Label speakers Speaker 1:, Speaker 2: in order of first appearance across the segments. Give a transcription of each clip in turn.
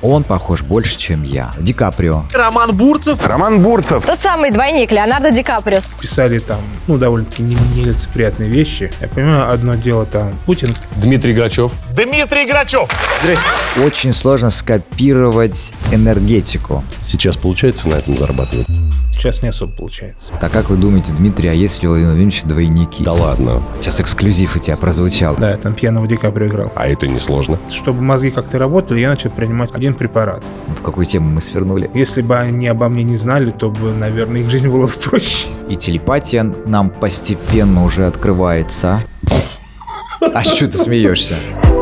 Speaker 1: Он похож больше, чем я. Ди Каприо.
Speaker 2: Роман Бурцев.
Speaker 3: Тот самый двойник Леонардо Ди Каприо.
Speaker 4: Писали там, довольно-таки нелицеприятные вещи. Я понимаю, одно дело там Путин.
Speaker 5: Дмитрий Грачев.
Speaker 4: Здрасте.
Speaker 1: Очень сложно скопировать энергетику.
Speaker 5: Сейчас получается на этом зарабатывать?
Speaker 4: Сейчас не особо получается.
Speaker 1: Так как вы думаете, Дмитрий, а есть ли у Владимира Владимировича двойники?
Speaker 5: Да ладно.
Speaker 1: Сейчас эксклюзив у тебя прозвучал.
Speaker 4: Да, я там пьяного Ди Каприо играл.
Speaker 5: А это не сложно.
Speaker 4: Чтобы мозги как-то работали, я начал принимать один препарат.
Speaker 1: В какую тему мы свернули?
Speaker 4: Если бы они обо мне не знали, то бы, наверное, их жизнь была бы проще.
Speaker 1: И телепатия нам постепенно уже открывается. А что ты смеешься?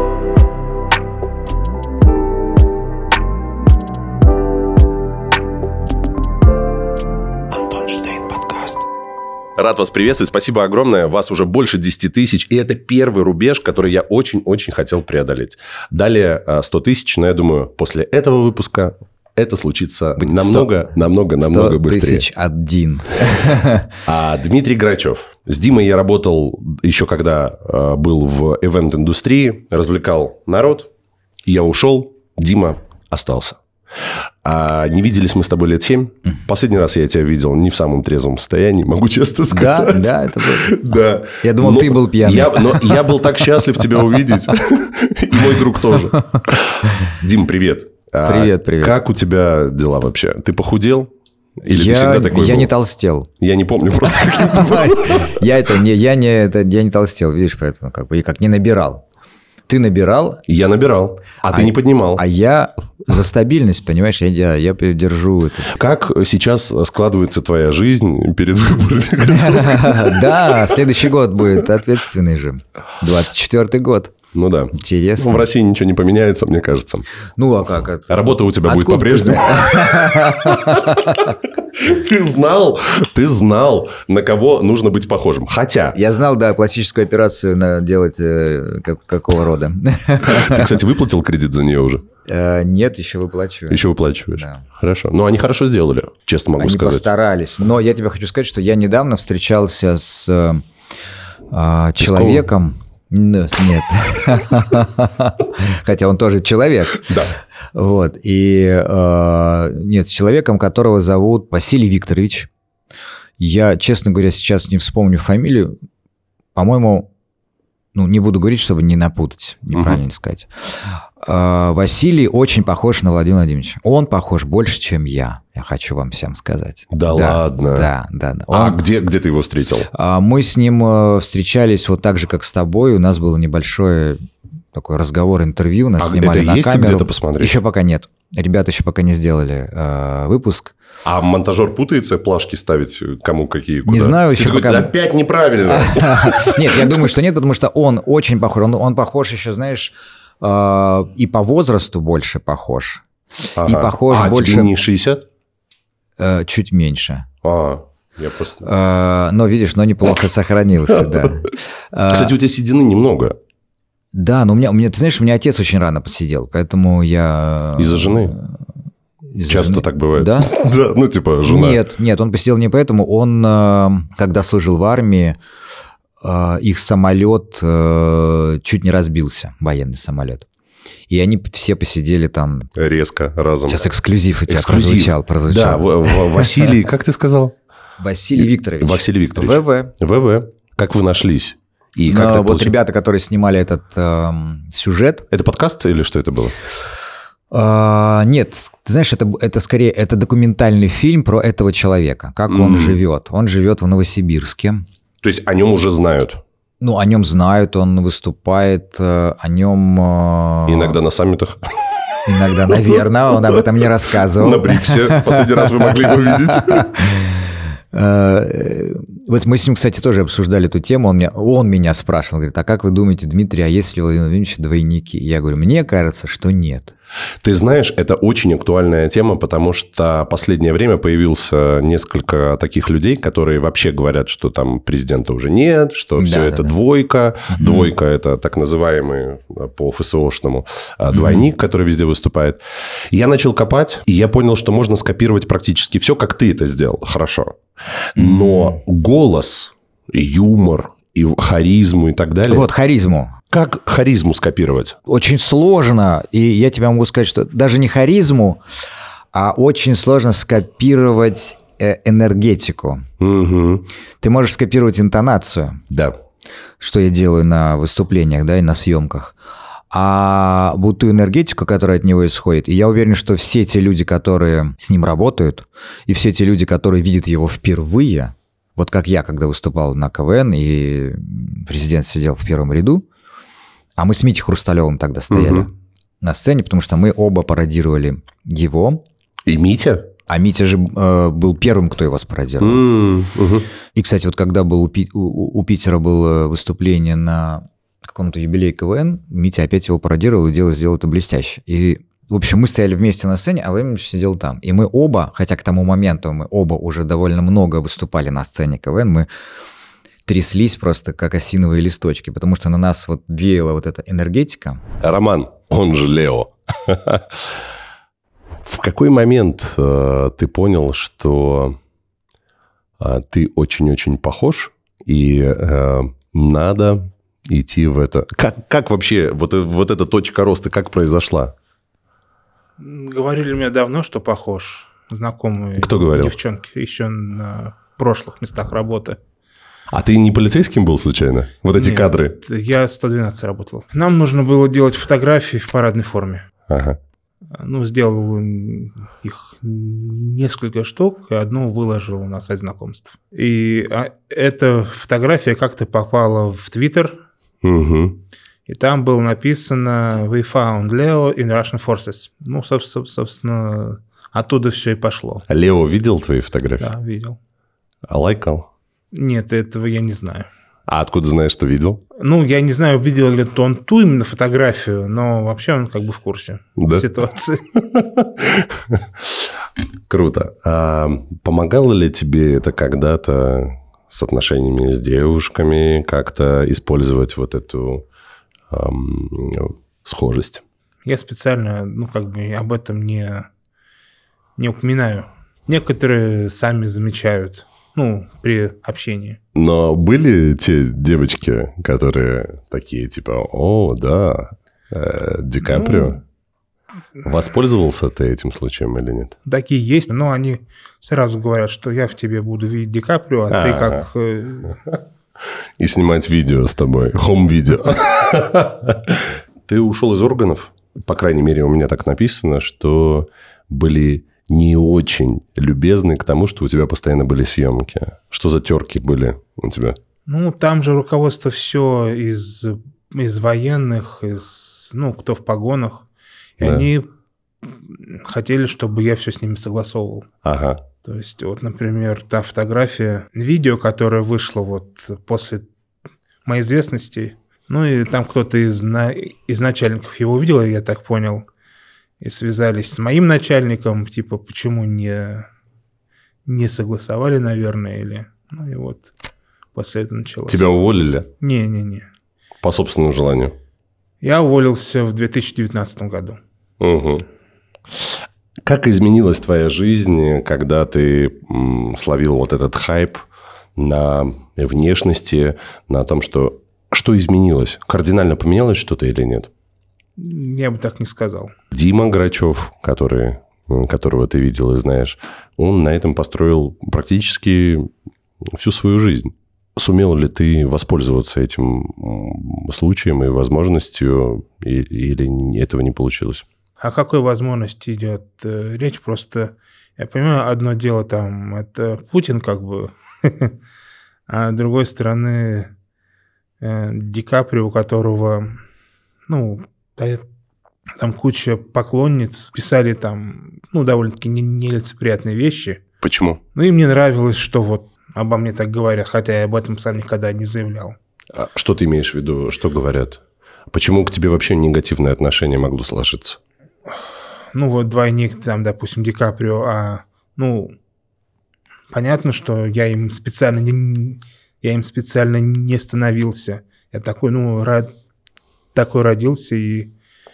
Speaker 5: Рад вас приветствовать. Спасибо огромное. Вас уже больше 10 тысяч. И это первый рубеж, который я очень-очень хотел преодолеть. Далее 100 тысяч. Но я думаю, после этого выпуска это случится намного быстрее.
Speaker 1: 100 001.
Speaker 5: Дмитрий Грачев. С Димой я работал еще когда был в ивент-индустрии. Развлекал народ. Я ушел. Дима остался. Не виделись мы с тобой лет 7. Последний раз я тебя видел не в самом трезвом состоянии, могу честно сказать.
Speaker 1: Да, это было.
Speaker 5: Да.
Speaker 1: Я думал, ты был пьяный.
Speaker 5: Я был так счастлив тебя увидеть. И мой друг тоже. Дим, привет.
Speaker 1: Привет.
Speaker 5: Как у тебя дела вообще? Ты похудел? Или ты всегда такой
Speaker 1: Я
Speaker 5: был?
Speaker 1: не толстел.
Speaker 5: Я не помню просто, каким ты был.
Speaker 1: Я не толстел, видишь, поэтому и как не набирал. Ты набирал.
Speaker 5: Я набирал, а ты не поднимал.
Speaker 1: А я за стабильность, понимаешь, я держу это.
Speaker 5: Как сейчас складывается твоя жизнь перед выборами?
Speaker 1: Да, следующий год будет ответственный же. 24-й год.
Speaker 5: Ну да.
Speaker 1: Интересно.
Speaker 5: В России ничего не поменяется, мне кажется.
Speaker 1: Ну, а как?
Speaker 5: Работа у тебя будет по-прежнему. Ты знал, на кого нужно быть похожим. Хотя...
Speaker 1: Я знал, да, пластическую операцию делать какого рода.
Speaker 5: Ты, кстати, выплатил кредит за нее уже?
Speaker 1: Нет, еще выплачиваю.
Speaker 5: Еще выплачиваешь?
Speaker 1: Да.
Speaker 5: Хорошо. Но они хорошо сделали, честно могу сказать.
Speaker 1: Они постарались. Но я тебе хочу сказать, что я недавно встречался с человеком... Нет. Хотя он тоже человек.
Speaker 5: Да.
Speaker 1: Вот. И с человеком, которого зовут Василий Викторович. Я, честно говоря, сейчас не вспомню фамилию. По-моему, не буду говорить, чтобы не напутать, неправильно сказать. Василий очень похож на Владимира Владимировича. Он похож больше, чем я хочу вам всем сказать.
Speaker 5: Да ладно?
Speaker 1: Да.
Speaker 5: Где ты его встретил?
Speaker 1: Мы с ним встречались вот так же, как с тобой. У нас было небольшое такой разговор, интервью. Нас снимали
Speaker 5: это
Speaker 1: на
Speaker 5: есть
Speaker 1: камеру.
Speaker 5: где-то посмотреть?
Speaker 1: Еще пока нет. Ребята еще пока не сделали выпуск.
Speaker 5: А монтажер путается плашки ставить, кому какие, куда?
Speaker 1: Не знаю, еще
Speaker 5: пока... Опять неправильно.
Speaker 1: Нет, я думаю, что нет, потому что он очень похож. Он похож еще, знаешь, и по возрасту больше похож. И похож больше...
Speaker 5: тебе не 60?
Speaker 1: Чуть меньше.
Speaker 5: Я просто...
Speaker 1: Но, видишь, неплохо сохранился, да.
Speaker 5: Кстати, у тебя седины немного.
Speaker 1: Да, но у меня, ты знаешь, у меня отец очень рано посидел, поэтому я...
Speaker 5: Из-за жены? Часто так бывает.
Speaker 1: Да?
Speaker 5: Да, жена.
Speaker 1: Нет, он посидел не поэтому. Он, когда служил в армии, их самолет чуть не разбился, военный самолет. И они все посидели там...
Speaker 5: Резко, разом.
Speaker 1: Сейчас эксклюзив у тебя прозвучал.
Speaker 5: Да, Василий, как ты сказал?
Speaker 1: Василий Викторович.
Speaker 5: Василий Викторович. ВВ. Как вы нашлись? И как
Speaker 1: вот ребята, которые снимали этот сюжет...
Speaker 5: Это подкаст или что это было?
Speaker 1: Нет, ты знаешь, это скорее это документальный фильм про этого человека, как он живет. Он живет в Новосибирске.
Speaker 5: То есть о нем уже знают?
Speaker 1: О нем знают, он выступает, о нем...
Speaker 5: Иногда на саммитах?
Speaker 1: Иногда, наверное, он об этом не рассказывал.
Speaker 5: На Бриксе. Последний раз вы могли его видеть.
Speaker 1: Вот мы с ним, кстати, тоже обсуждали эту тему. Он меня спрашивал, говорит, а как вы думаете, Дмитрий, а есть ли у Владимира Владимировича двойники? Я говорю, мне кажется, что нет.
Speaker 5: Ты знаешь, это очень актуальная тема, потому что в последнее время появился несколько таких людей, которые вообще говорят, что там президента уже нет, что все это двойка. Двойка – это так называемый по ФСОшному двойник, который везде выступает. Я начал копать, и я понял, что можно скопировать практически все, как ты это сделал. Хорошо. Но голос, юмор и харизму и так далее...
Speaker 1: Вот, харизму.
Speaker 5: Как харизму скопировать?
Speaker 1: Очень сложно, и я тебе могу сказать, что даже не харизму, а очень сложно скопировать энергетику.
Speaker 5: Угу.
Speaker 1: Ты можешь скопировать интонацию.
Speaker 5: Да.
Speaker 1: Что я делаю на выступлениях, да, и на съемках. А вот ту энергетику, которая от него исходит, и я уверен, что все те люди, которые с ним работают, и все те люди, которые видят его впервые, вот как я, когда выступал на КВН, и президент сидел в первом ряду, а мы с Митей Хрусталевым тогда стояли на сцене, потому что мы оба пародировали его.
Speaker 5: И Митя?
Speaker 1: А Митя же был первым, кто его спародировал. И, кстати, вот когда был у Питера было выступление на каком-то юбилее КВН, Митя опять его пародировал и сделал это блестяще. И, в общем, мы стояли вместе на сцене, а Владимирович сидел там. И мы оба, хотя к тому моменту мы оба уже довольно много выступали на сцене КВН, мы тряслись просто как осиновые листочки, потому что на нас вот веяла вот эта энергетика.
Speaker 5: Роман, он же Лео. В какой момент ты понял, что ты очень-очень похож, и надо идти в это? Как вообще вот эта точка роста, как произошла?
Speaker 4: Говорили мне давно, что похож. Знакомые
Speaker 5: Кто говорил?
Speaker 4: Девчонки еще на прошлых местах работы.
Speaker 5: А ты не полицейским был случайно? Вот эти
Speaker 4: Нет,
Speaker 5: кадры?
Speaker 4: Я 112 работал. Нам нужно было делать фотографии в парадной форме.
Speaker 5: Ага.
Speaker 4: Ну, сделал их несколько штук, и одну выложил на сайт знакомств. И эта фотография как-то попала в Твиттер, и там было написано «We found Leo in Russian forces». Ну, собственно, оттуда все и пошло.
Speaker 5: А Лео видел твои фотографии?
Speaker 4: Да, видел.
Speaker 5: А лайкал?
Speaker 4: Нет, этого я не знаю.
Speaker 5: А откуда знаешь, что видел?
Speaker 4: Ну, я не знаю, видел ли он ту именно фотографию, но вообще он как бы в курсе ситуации.
Speaker 5: Круто. А помогало ли тебе это когда-то с отношениями с девушками, как-то использовать вот эту схожесть?
Speaker 4: Я специально, об этом не упоминаю. Некоторые сами замечают, при общении.
Speaker 5: Но были те девочки, которые такие, типа, о, да, Ди Каприо? Воспользовался ты этим случаем или нет?
Speaker 4: Такие есть, но они сразу говорят, что я в тебе буду видеть Ди Каприо, а ты как...
Speaker 5: И снимать видео с тобой, хом-видео. Ты ушел из органов? По крайней мере, у меня так написано, что были не очень любезны к тому, что у тебя постоянно были съемки. Что за терки были у тебя?
Speaker 4: Там же руководство все из военных, кто в погонах. И они хотели, чтобы я все с ними согласовывал.
Speaker 5: Ага.
Speaker 4: То есть, вот, например, та фотография, видео, которое вышло вот после моей известности, и там кто-то из начальников его увидел, я так понял, и связались с моим начальником, типа, почему не согласовали, наверное, или... и вот после этого началось.
Speaker 5: Тебя уволили?
Speaker 4: Не.
Speaker 5: По собственному желанию?
Speaker 4: Я уволился в 2019 году.
Speaker 5: Угу. Как изменилась твоя жизнь, когда ты словил вот этот хайп на внешности, на том, что изменилось? Кардинально поменялось что-то или нет?
Speaker 4: Я бы так не сказал.
Speaker 5: Дима Грачев, которого ты видел и знаешь, он на этом построил практически всю свою жизнь. Сумел ли ты воспользоваться этим случаем и возможностью, или этого не получилось?
Speaker 4: О какой возможности идет речь? Просто, я понимаю, одно дело там, это Путин как бы, а с другой стороны Ди Каприо, у которого, там куча поклонниц, писали там, довольно-таки нелицеприятные вещи.
Speaker 5: Почему?
Speaker 4: Им не нравилось, что вот обо мне так говорят, хотя я об этом сам никогда не заявлял.
Speaker 5: А что ты имеешь в виду? Что говорят? Почему к тебе вообще негативное отношение могло сложиться?
Speaker 4: Вот двойник, там, допустим, Ди Каприо, понятно, что я им специально не становился. Я такой, такой родился, и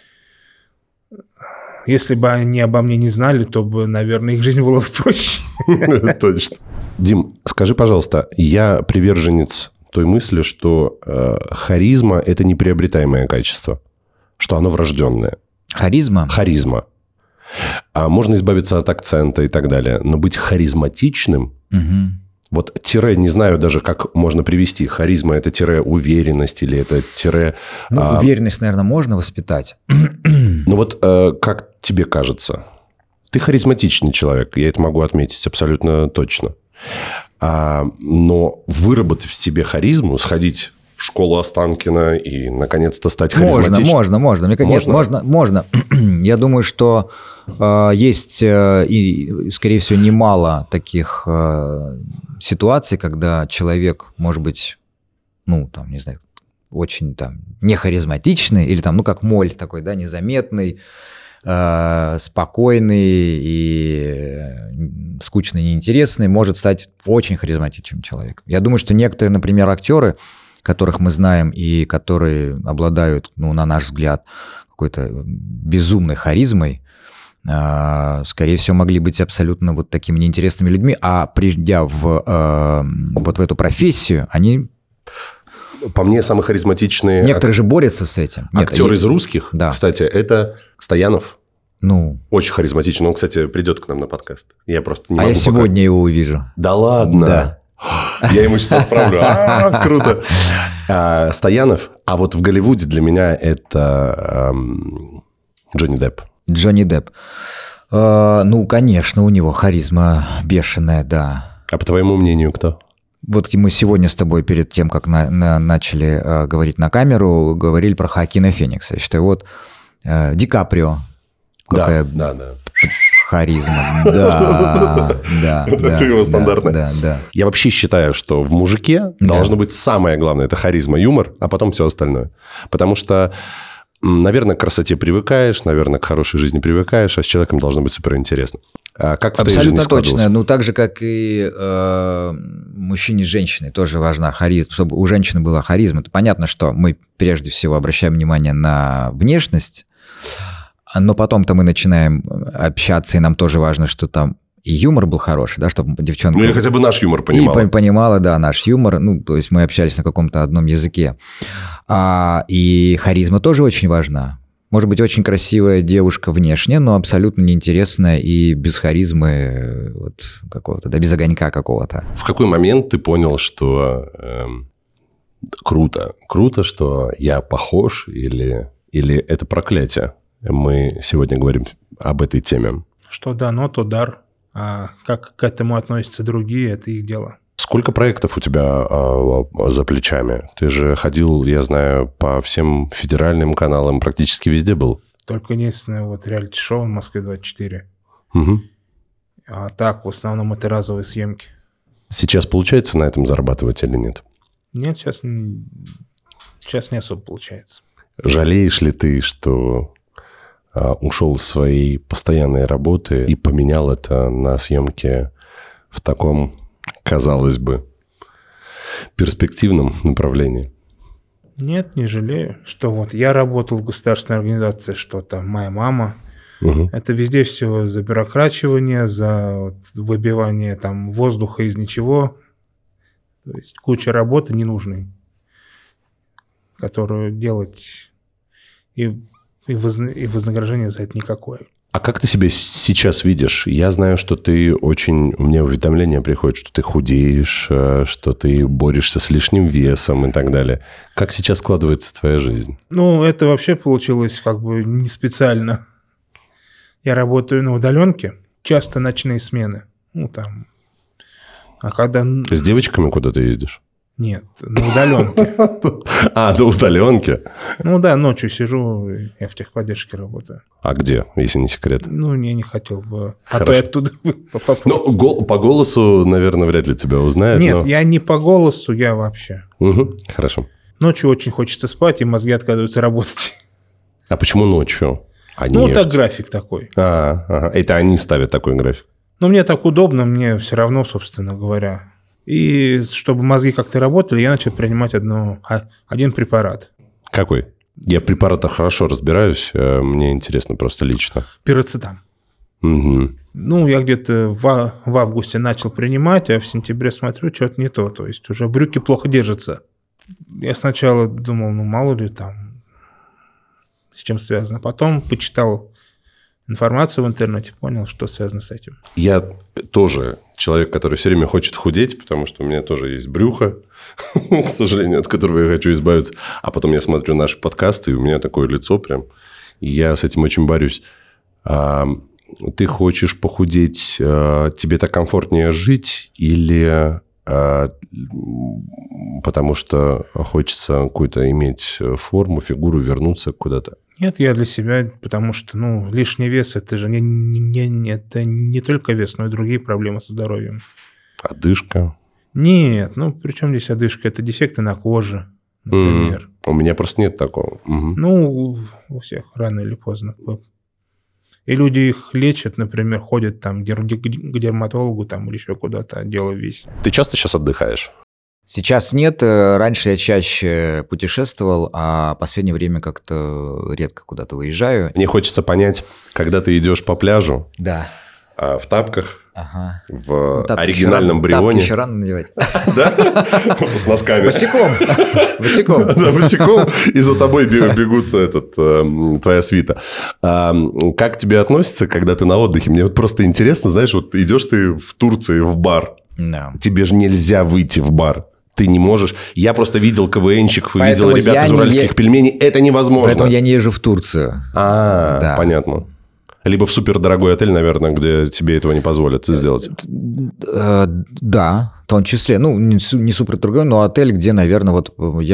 Speaker 4: если бы они обо мне не знали, то бы, наверное, их жизнь была проще.
Speaker 5: Точно. Дим, скажи, пожалуйста, я приверженец той мысли, что харизма – это неприобретаемое качество, что оно врожденное.
Speaker 1: Харизма?
Speaker 5: Харизма. А можно избавиться от акцента и так далее. Но быть харизматичным... Вот тире, не знаю даже, как можно привести. Харизма – это тире уверенность или это тире...
Speaker 1: Уверенность, наверное, можно воспитать.
Speaker 5: Ну вот как тебе кажется? Ты харизматичный человек, я это могу отметить абсолютно точно. Но выработать в себе харизму, сходить в школу Останкина и, наконец-то, стать харизматичным...
Speaker 1: Можно. Я думаю, что есть, и, скорее всего, немало таких ситуаций, когда человек, может быть, не знаю, очень не харизматичный, или как моль такой, да, незаметный, спокойный и скучный, неинтересный, может стать очень харизматичным человеком. Я думаю, что некоторые, например, актеры, которых мы знаем и которые обладают, на наш взгляд, какой-то безумной харизмой, скорее всего, могли быть абсолютно вот такими неинтересными людьми, а придя в эту профессию, они...
Speaker 5: По мне, самые харизматичные...
Speaker 1: Некоторые же борются с этим.
Speaker 5: Актеры из русских,
Speaker 1: да.
Speaker 5: Кстати, это Стоянов. Очень харизматичный. Он, кстати, придет к нам на подкаст. Я просто не могу
Speaker 1: я сегодня его увижу.
Speaker 5: Да ладно?
Speaker 1: Да.
Speaker 5: Я ему сейчас отправлю. Круто. Стоянов. А вот в Голливуде для меня это Джонни Депп.
Speaker 1: Джонни Депп. Конечно, у него харизма бешеная, да.
Speaker 5: А по твоему мнению, кто?
Speaker 1: Вот мы сегодня с тобой перед тем, как начали говорить на камеру, говорили про Хоакина Феникса. Я считаю, Ди Каприо. Какая харизма. Да.
Speaker 5: Это его стандартное.
Speaker 1: Да.
Speaker 5: Я вообще считаю, что в мужике должно быть самое главное – это харизма, юмор, а потом все остальное. Потому что, наверное, к красоте привыкаешь, наверное, к хорошей жизни привыкаешь, а с человеком должно быть суперинтересно. А как в твоей жизни складывалось?
Speaker 1: Абсолютно точно. Так же, как и мужчине с женщиной тоже важна харизма, чтобы у женщины была харизма. Это понятно, что мы прежде всего обращаем внимание на внешность, но потом-то мы начинаем общаться, и нам тоже важно, что там и юмор был хороший, да, чтобы девчонка...
Speaker 5: или хотя бы наш юмор понимала.
Speaker 1: И понимала, да, наш юмор, то есть мы общались на каком-то одном языке. И харизма тоже очень важна. Может быть, очень красивая девушка внешне, но абсолютно неинтересная и без харизмы какого-то, да, без огонька какого-то.
Speaker 5: В какой момент ты понял, что круто, что я похож или это проклятие? Мы сегодня говорим об этой теме.
Speaker 4: Что дано, то дар. А как к этому относятся другие, это их дело.
Speaker 5: Сколько проектов у тебя за плечами? Ты же ходил, я знаю, по всем федеральным каналам, практически везде был.
Speaker 4: Только единственное, реалити-шоу в Москве-24.
Speaker 5: Угу.
Speaker 4: А так, в основном, это разовые съемки.
Speaker 5: Сейчас получается на этом зарабатывать или нет?
Speaker 4: Нет, сейчас не особо получается.
Speaker 5: Жалеешь ли ты, что ушел из своей постоянной работы и поменял это на съемки в таком, казалось бы, перспективном направлении?
Speaker 4: Нет, не жалею. Что я работал в государственной организации, что там моя мама. Угу. Это везде все за бюрокрачивание, за выбивание воздуха из ничего. То есть куча работы ненужной, которую делать и вознаграждение за это никакое.
Speaker 5: А как ты себя сейчас видишь? Я знаю, что ты мне уведомления приходят, что ты худеешь, что ты борешься с лишним весом и так далее. Как сейчас складывается твоя жизнь?
Speaker 4: Это вообще получилось не специально. Я работаю на удаленке, часто ночные смены. А когда...
Speaker 5: С девочками куда ты ездишь?
Speaker 4: Нет, на удаленке.
Speaker 5: На удаленке?
Speaker 4: Да, ночью сижу, я в техподдержке работаю.
Speaker 5: А где, если не секрет?
Speaker 4: Я не хотел бы. А то я оттуда попробую.
Speaker 5: По голосу, наверное, вряд ли тебя узнают.
Speaker 4: Нет, я не по голосу, я вообще.
Speaker 5: Угу, хорошо.
Speaker 4: Ночью очень хочется спать, и мозги отказываются работать.
Speaker 5: А почему ночью?
Speaker 4: Так график такой.
Speaker 5: Это они ставят такой график?
Speaker 4: Мне так удобно, мне все равно, собственно говоря. И чтобы мозги как-то работали, я начал принимать один препарат.
Speaker 5: Какой? Я в препаратах хорошо разбираюсь, мне интересно просто лично.
Speaker 4: Пироцетам.
Speaker 5: Угу.
Speaker 4: Ну, я где-то в августе начал принимать, а в сентябре смотрю, что-то не то. То есть уже брюки плохо держатся. Я сначала думал, ну, мало ли там, с чем связано. Потом почитал информацию в интернете, понял, что связано с этим.
Speaker 5: Я тоже человек, который все время хочет худеть, потому что у меня тоже есть брюхо, к сожалению, от которого я хочу избавиться. А потом я смотрю наши подкасты, и у меня такое лицо прям. И я с этим очень борюсь. Ты хочешь похудеть, тебе так комфортнее жить или потому что хочется какую-то иметь форму, фигуру, вернуться куда-то?
Speaker 4: Нет, я для себя, потому что, ну, лишний вес – это же это не только вес, но и другие проблемы со здоровьем.
Speaker 5: Одышка?
Speaker 4: Нет, ну, при чем здесь одышка? Это дефекты на коже, например.
Speaker 5: У меня просто нет такого.
Speaker 4: Ну, у всех рано или поздно. И люди их лечат, например, ходят там к дерматологу там, или еще куда-то, дело весь.
Speaker 5: Ты часто сейчас отдыхаешь?
Speaker 1: Сейчас нет. Раньше я чаще путешествовал, а в последнее время как-то редко куда-то выезжаю.
Speaker 5: Мне хочется понять, когда ты идешь по пляжу,
Speaker 1: да,
Speaker 5: в тапках,
Speaker 1: ага.
Speaker 5: в оригинальном брионе.
Speaker 1: Тапки еще рано надевать.
Speaker 5: Да? С носками.
Speaker 1: Босиком.
Speaker 5: Да, босиком. И за тобой бегут твоя свита. Как тебе относятся, когда ты на отдыхе? Мне вот просто интересно, знаешь, вот идешь ты в Турции в бар. Тебе же нельзя выйти в бар. Ты не можешь. Я просто видел КВНщиков и видел ребят из уральских пельменей. Это невозможно.
Speaker 1: Поэтому я не езжу в Турцию.
Speaker 5: Да. Понятно. Либо в супердорогой отель, наверное, где тебе этого не позволят сделать. Да, в том числе. Ну, не супердорогой, но отель, где, наверное, вот я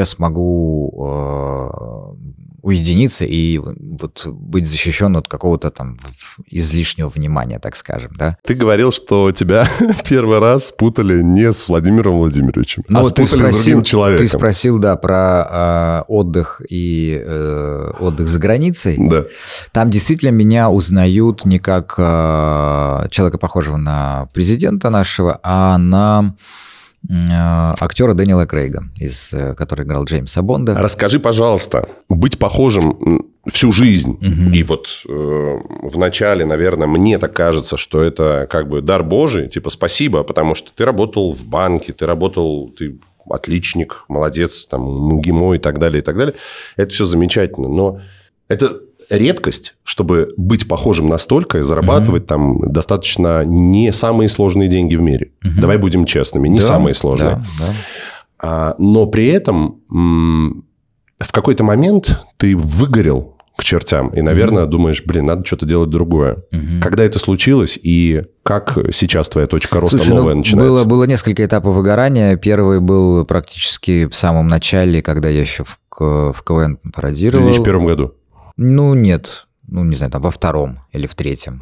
Speaker 5: смогу уединиться и вот быть защищен от какого-то там излишнего внимания, так скажем, да. Ты говорил, что тебя первый раз спутали не с Владимиром Владимировичем, а спутали с другим человеком.
Speaker 1: Ты спросил, да, про отдых и отдых за границей.
Speaker 5: Да.
Speaker 1: Там действительно меня узнают не как человека, похожего на президента нашего, а на актера Дэниела Крейга, который играл Джеймса Бонда.
Speaker 5: Расскажи, пожалуйста, быть похожим всю жизнь, и вот в начале, наверное, мне так кажется, что это как бы дар Божий, типа спасибо, потому что ты работал в банке, ты отличник, молодец, там, МГИМО и так далее, и так далее. Это все замечательно, но это редкость, чтобы быть похожим настолько и зарабатывать там достаточно не самые сложные деньги в мире. Давай будем честными, не самые сложные. Да. Но при этом в какой-то момент ты выгорел к чертям и, наверное, думаешь, надо что-то делать другое. Когда это случилось и как сейчас твоя точка роста новая начинается?
Speaker 1: Было несколько этапов выгорания. Первый был практически в самом начале, когда я еще в КВН пародировал.
Speaker 5: В 2001 году?
Speaker 1: Ну, нет. Ну, не знаю, там во втором или в третьем.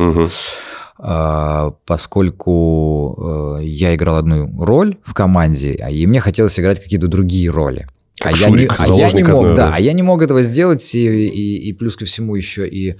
Speaker 1: Поскольку я играл одну роль в команде, и мне хотелось играть какие-то другие роли. Я не мог этого сделать, и плюс ко всему еще и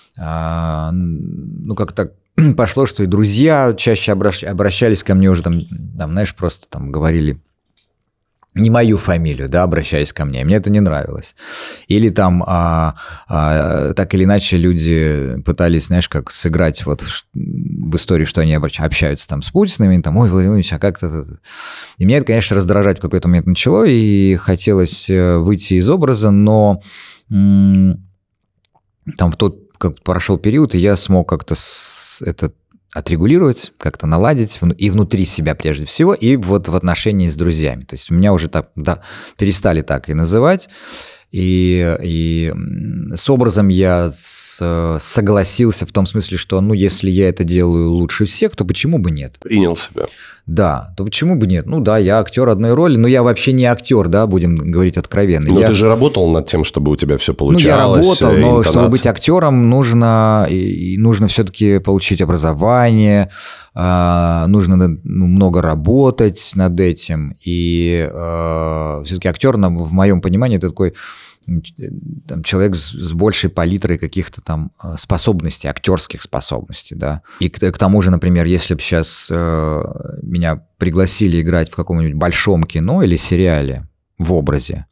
Speaker 1: как-то пошло, что и друзья чаще обращались ко мне уже там, знаешь, просто там говорили не мою фамилию, да, обращаясь ко мне. Мне это не нравилось. Или там так или иначе люди пытались, знаешь, как сыграть вот в истории, что они общаются там с Путиным, и там, ой, Владимир Владимирович, а как-то... И меня это, конечно, раздражать в какой-то момент начало, и хотелось выйти из образа, но там как прошел период, и я смог как-то это отрегулировать, как-то наладить, и внутри себя прежде всего, и вот в отношении с друзьями. То есть у меня уже так, да, перестали так и называть, и с образом я согласился в том смысле, что, если я это делаю лучше всех, то почему бы нет?
Speaker 5: Принял себя.
Speaker 1: Да, то почему бы нет? Ну да, я актер одной роли, но я вообще не актер, да, будем говорить откровенно.
Speaker 5: Но ты же работал над тем, чтобы у тебя все получалось.
Speaker 1: Я работал, но интонация. Чтобы быть актером, нужно все-таки получить образование, нужно много работать над этим, и все-таки актер, в моем понимании, это такой там, человек с большей палитрой каких-то там способностей, актерских способностей, да. И к тому же, например, если бы сейчас меня пригласили играть в каком-нибудь большом кино или сериале в образе,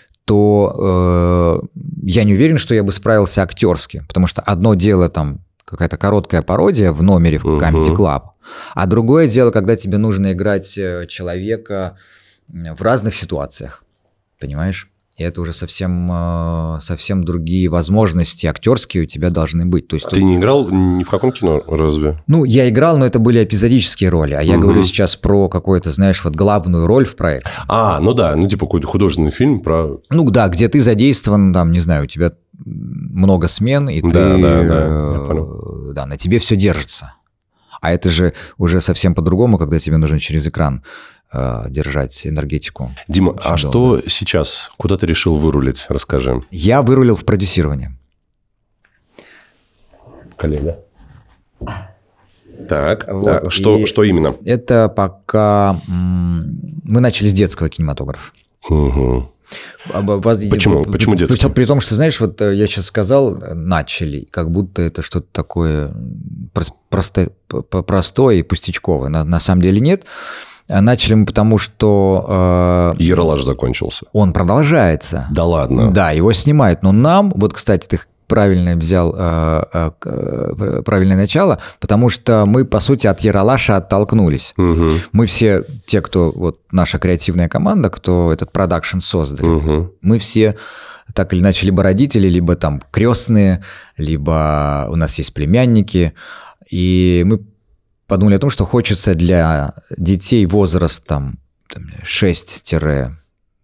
Speaker 1: то я не уверен, что я бы справился актерски, потому что одно дело там какая-то короткая пародия в номере в Comedy Club. А другое дело, когда тебе нужно играть человека в разных ситуациях, понимаешь? И это уже совсем другие возможности актерские у тебя должны быть. То есть,
Speaker 5: ты не играл ни в каком кино, разве?
Speaker 1: Ну, я играл, но это были эпизодические роли. А я говорю сейчас про какую-то, знаешь, вот главную роль в проекте.
Speaker 5: Ну да, ну типа какой-то художественный фильм про...
Speaker 1: Ну да, где ты задействован, там, не знаю, у тебя много смен, и ты...
Speaker 5: я понял.
Speaker 1: Да, на тебе все держится. А это же уже совсем по-другому, когда тебе нужно через экран держать энергетику.
Speaker 5: Дима, очень что сейчас? Куда ты решил вырулить? Расскажи.
Speaker 1: Я вырулил в продюсирование.
Speaker 5: Коллега. Так, вот, что именно?
Speaker 1: Это пока мы начали с детского кинематографа.
Speaker 5: Угу. Почему детский?
Speaker 1: При том, что, знаешь, вот я сейчас сказал, начали, как будто это что-то такое простое и пустячковое. На самом деле нет. Начали мы потому, что...
Speaker 5: Ералаш закончился.
Speaker 1: Он продолжается.
Speaker 5: Да ладно?
Speaker 1: Да, его снимают. Но нам, вот, кстати, ты правильно взял правильное начало, потому что мы, по сути, от Ералаша оттолкнулись.
Speaker 5: Угу.
Speaker 1: Мы все, те, кто, вот наша креативная команда, кто этот продакшн создали, мы все так или иначе либо родители, либо там крестные, либо у нас есть племянники, и мы подумали о том, что хочется для детей возрастом 6-13-14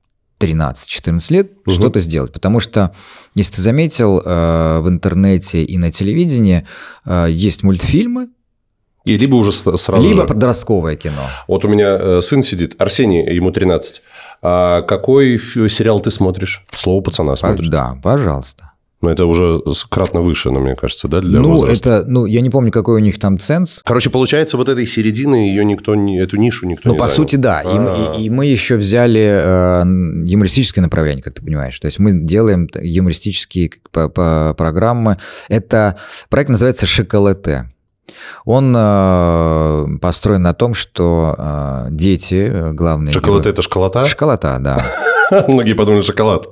Speaker 1: лет что-то сделать. Потому что, если ты заметил, в интернете и на телевидении есть мультфильмы,
Speaker 5: и либо уже сразу
Speaker 1: либо подростковое кино.
Speaker 5: Вот у меня сын сидит, Арсений, ему 13. А какой сериал ты смотришь? «Слово пацана» смотришь?
Speaker 1: Да, пожалуйста.
Speaker 5: Но это уже кратно выше, мне кажется, да, для возраста?
Speaker 1: Я не помню, какой у них там ценз.
Speaker 5: Короче, получается, вот этой середины, эту нишу никто не занял.
Speaker 1: По сути, да. И мы еще взяли юмористическое направление, как ты понимаешь. То есть мы делаем юмористические программы. Это проект называется «Шоколате». Он построен на том, что дети, главные...
Speaker 5: Шоколате – это шоколата?
Speaker 1: Шоколата, да.
Speaker 5: Многие подумали, шоколад.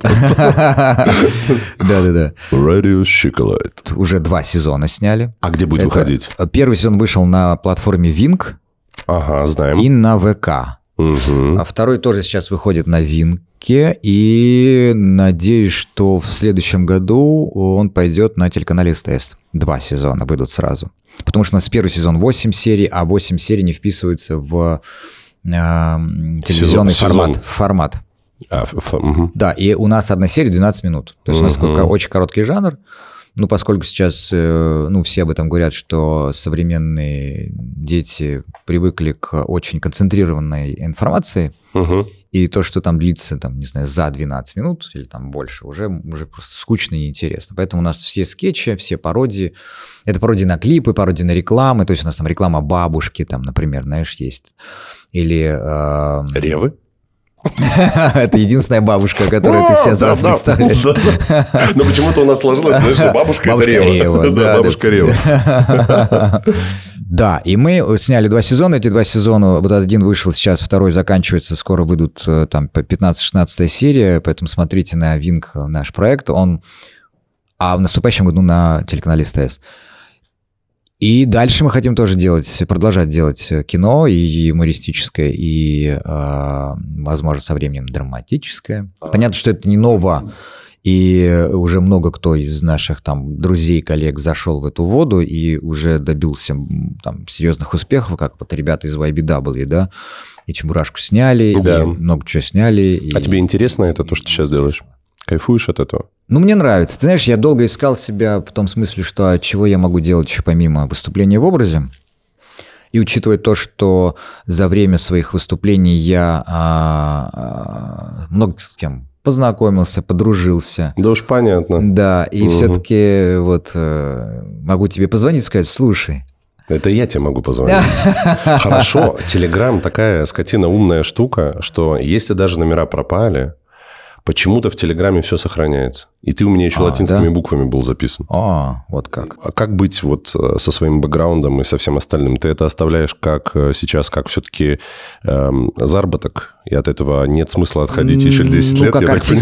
Speaker 1: Да-да-да.
Speaker 5: Radio Chocolate.
Speaker 1: Уже 2 сезона сняли.
Speaker 5: А где будет выходить?
Speaker 1: Первый сезон вышел на платформе Wink.
Speaker 5: Ага, знаем.
Speaker 1: И на ВК. А второй тоже сейчас выходит на Винке. И надеюсь, что в следующем году он пойдет на телеканале СТС. 2 сезона выйдут сразу. Потому что у нас первый сезон 8 серий, а 8 серий не вписываются в телевизионный формат. Да, и у нас одна серия 12 минут. То есть у нас очень короткий жанр. Ну, поскольку сейчас все об этом говорят, что современные дети привыкли к очень концентрированной информации, и то, что там длится, там, не знаю, за 12 минут или там больше, уже просто скучно и неинтересно. Поэтому у нас все скетчи, все пародии. Это пародии на клипы, пародии на рекламы. То есть у нас там реклама бабушки, там, например, знаешь, есть. Или...
Speaker 5: Ревы?
Speaker 1: Это единственная бабушка, которую ты сейчас раз представляешь.
Speaker 5: Но почему-то у нас сложилось, что бабушка это Рева. Да, бабушка Рева.
Speaker 1: Да, и мы сняли 2 сезона. Эти 2 сезона, вот один вышел сейчас, второй заканчивается, скоро выйдут там по 15-16 серия, поэтому смотрите на Винк наш проект. А в наступающем году на телеканале СТС. И дальше мы хотим тоже продолжать делать кино, и юмористическое, и, возможно, со временем драматическое. Понятно, что это не ново, и уже много кто из наших там друзей, коллег зашел в эту воду и уже добился там серьезных успехов, как вот ребята из YBW, да, и «Чебурашку» сняли,
Speaker 5: да.
Speaker 1: И много чего сняли.
Speaker 5: А тебе интересно это, то, что ты сейчас делаешь? Кайфуешь от этого?
Speaker 1: Ну, мне нравится. Ты знаешь, я долго искал себя в том смысле, что чего я могу делать еще помимо выступления в образе. И учитывая то, что за время своих выступлений я много с кем познакомился, подружился.
Speaker 5: Да уж понятно.
Speaker 1: Да, и все-таки вот могу тебе позвонить и сказать, слушай.
Speaker 5: Это я тебе могу позвонить. Хорошо, Telegram такая скотина умная штука, что если даже номера пропали, Почему-то в Телеграме все сохраняется. И ты у меня еще латинскими буквами был записан.
Speaker 1: Вот как.
Speaker 5: А как быть вот со своим бэкграундом и со всем остальным? Ты это оставляешь как сейчас, как все-таки заработок, и от этого нет смысла отходить еще 10 лет,
Speaker 1: как
Speaker 5: я
Speaker 1: артист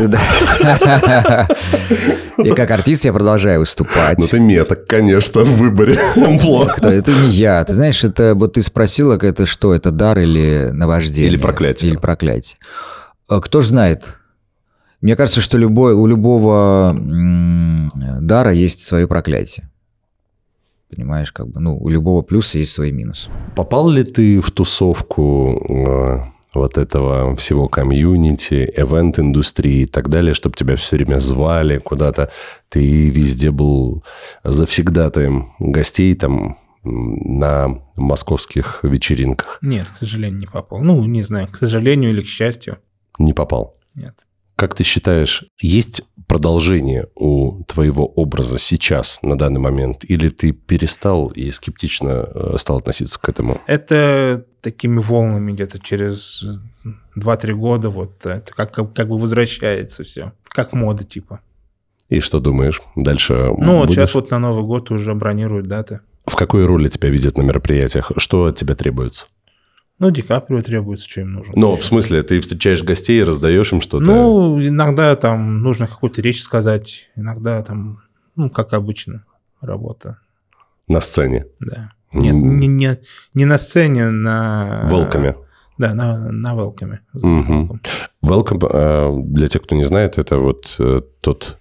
Speaker 1: и как артист я продолжаю выступать.
Speaker 5: Ну, ты меток, конечно, в выборе амплуа.
Speaker 1: Это не я. Ты знаешь, это вот ты спросила, это что, это дар или наваждение?
Speaker 5: Или проклятие.
Speaker 1: Или проклятие. Кто ж знает? Мне кажется, что у любого дара есть свое проклятие. Понимаешь, как бы, у любого плюса есть свой минус.
Speaker 5: Попал ли ты в тусовку вот этого всего комьюнити, эвент-индустрии и так далее, чтобы тебя все время звали куда-то? Ты везде был завсегдатаем гостей там на московских вечеринках?
Speaker 4: Нет, к сожалению, не попал. Не знаю, к сожалению или к счастью.
Speaker 5: Не попал?
Speaker 4: Нет.
Speaker 5: Как ты считаешь, есть продолжение у твоего образа сейчас, на данный момент? Или ты перестал и скептично стал относиться к этому?
Speaker 4: Это такими волнами где-то через 2-3 года вот это как бы возвращается все. Как мода типа.
Speaker 5: И что думаешь? Дальше
Speaker 4: вот сейчас вот на Новый год уже бронируют даты.
Speaker 5: В какой роли тебя видят на мероприятиях? Что от тебя требуется?
Speaker 4: Ди Каприо требуется, что им нужно.
Speaker 5: В смысле, ты встречаешь гостей и раздаешь им что-то?
Speaker 4: Иногда там нужно какую-то речь сказать, иногда там, как обычно, работа.
Speaker 5: На сцене?
Speaker 4: Да. Нет, не на сцене, на...
Speaker 5: Велкаме?
Speaker 4: Да, на велкаме.
Speaker 5: Велкам, для тех, кто не знает, это вот тот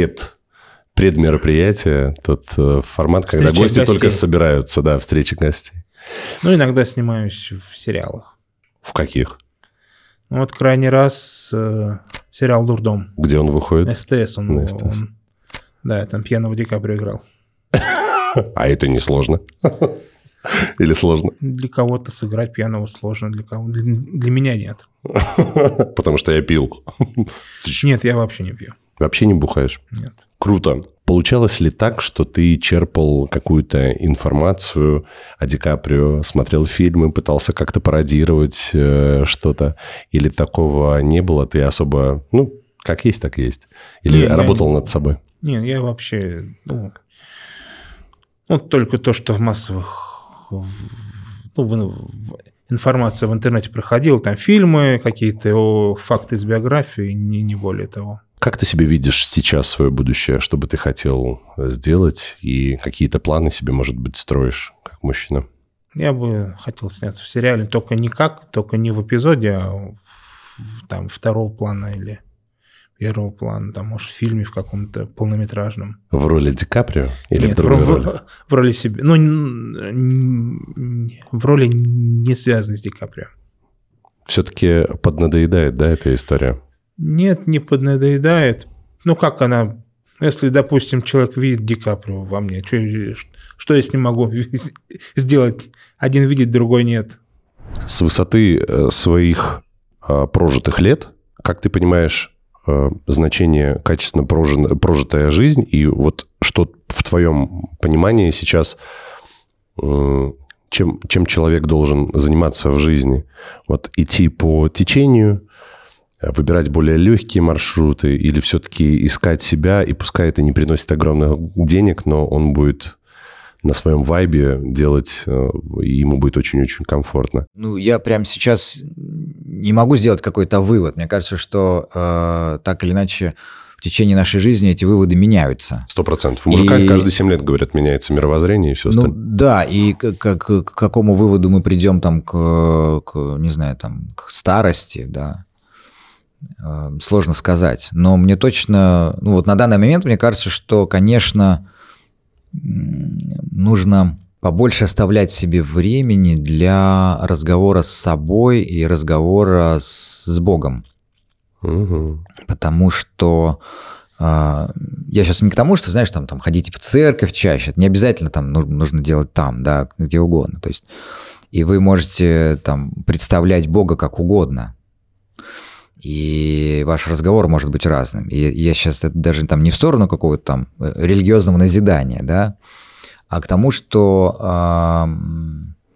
Speaker 5: предмероприятие, тот формат, когда гости только собираются, встречи гостей.
Speaker 4: Иногда снимаюсь в сериалах.
Speaker 5: В каких?
Speaker 4: Крайний раз сериал «Дурдом».
Speaker 5: Где он выходит?
Speaker 4: СТС. Да, там пьяного Ди Каприо играл.
Speaker 5: А это не сложно? Или сложно?
Speaker 4: Для кого-то сыграть пьяного сложно, для меня нет.
Speaker 5: Потому что я пил.
Speaker 4: Нет, я вообще не пью.
Speaker 5: Вообще не бухаешь?
Speaker 4: Нет.
Speaker 5: Круто. Получалось ли так, что ты черпал какую-то информацию о Ди Каприо, смотрел фильмы, пытался как-то пародировать что-то? Или такого не было? Ты особо, как есть, так и есть? Или работал над собой?
Speaker 4: Нет, я вообще... только то, что в массовых... информация в интернете проходила, там фильмы какие-то, факты из биографии, не более того.
Speaker 5: Как ты себе видишь сейчас свое будущее? Что бы ты хотел сделать? И какие-то планы себе, может быть, строишь как мужчина?
Speaker 4: Я бы хотел сняться в сериале, только не в эпизоде, а там второго плана или первого плана, там, может, в фильме в каком-то полнометражном.
Speaker 5: В роли Ди Каприо? Или
Speaker 4: нет,
Speaker 5: в другой роли?
Speaker 4: В роли себя. В роли не связанной с Ди Каприо.
Speaker 5: Все-таки поднадоедает, эта история?
Speaker 4: Нет, не поднадоедает. Как она... Если, допустим, человек видит Ди Каприо во мне, что я с ним могу сделать? Один видит, другой нет.
Speaker 5: С высоты своих прожитых лет, как ты понимаешь значение качественно прожитая жизнь, и вот что в твоем понимании сейчас, чем человек должен заниматься в жизни? Вот идти по течению, выбирать более легкие маршруты или все-таки искать себя, и пускай это не приносит огромных денег, но он будет на своем вайбе делать, и ему будет очень-очень комфортно.
Speaker 1: Я прямо сейчас не могу сделать какой-то вывод. Мне кажется, что так или иначе в течение нашей жизни эти выводы меняются.
Speaker 5: 100%. В мужиках каждые 7 лет, говорят, меняется мировоззрение и все остальное.
Speaker 1: Да, и к какому выводу мы придем там не знаю, там, к старости, да, сложно сказать. Но мне точно, на данный момент мне кажется, что, конечно, нужно побольше оставлять себе времени для разговора с собой и разговора с Богом.
Speaker 5: Угу.
Speaker 1: Потому что я сейчас не к тому, что, знаешь, там ходите в церковь чаще. Это не обязательно там нужно делать там, да, где угодно. То есть, и вы можете там представлять Бога как угодно. И ваш разговор может быть разным. И я сейчас даже там не в сторону какого-то там религиозного назидания, да, а к тому, что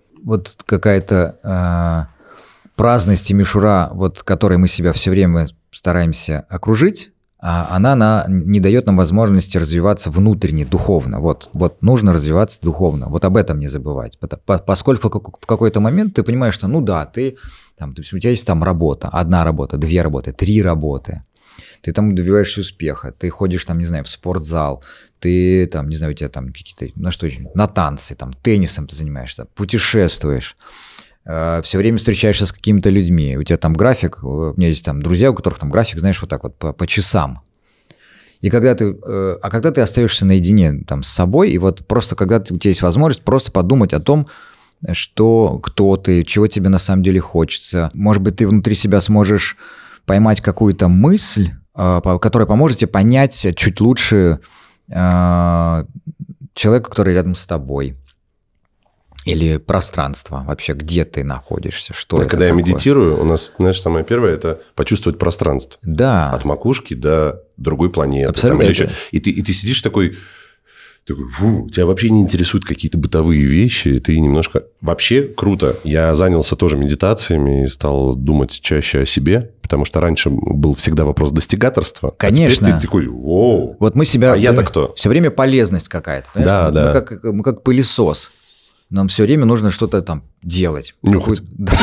Speaker 1: какая-то праздность и мишура, которой мы себя все время стараемся окружить, а она не дает нам возможности развиваться внутренне, духовно. Вот нужно развиваться духовно. Вот об этом не забывать. Поскольку в какой-то момент ты понимаешь, что, ты у тебя есть там работа, 1 работа, 2 работы, 3 работы. Ты там добиваешься успеха, ты ходишь там, не знаю, в спортзал, ты там, не знаю, у тебя там какие-то, на танцы, там, теннисом ты занимаешься, путешествуешь. Все время встречаешься с какими-то людьми, у тебя там график, у меня есть там друзья, у которых там график, знаешь, вот так вот по часам. И когда ты остаешься наедине там с собой, и вот просто когда у тебя есть возможность просто подумать о том, кто ты, чего тебе на самом деле хочется. Может быть, ты внутри себя сможешь поймать какую-то мысль, которая поможет тебе понять чуть лучше человека, который рядом с тобой. Или пространство вообще, где ты находишься, что это
Speaker 5: когда
Speaker 1: такое.
Speaker 5: Я медитирую, у нас, знаешь, самое первое – это почувствовать пространство.
Speaker 1: Да.
Speaker 5: От макушки до другой планеты.
Speaker 1: Абсолютно.
Speaker 5: И ты сидишь такой, тебя вообще не интересуют какие-то бытовые вещи, ты немножко… Вообще круто. Я занялся тоже медитациями и стал думать чаще о себе, потому что раньше был всегда вопрос достигаторства.
Speaker 1: Конечно.
Speaker 5: А теперь ты такой, воу.
Speaker 1: Вот мы себя…
Speaker 5: А я-то кто?
Speaker 1: Все время полезность какая-то.
Speaker 5: Да.
Speaker 1: Мы как пылесос. Нам все время нужно что-то там делать.
Speaker 5: Нюхать.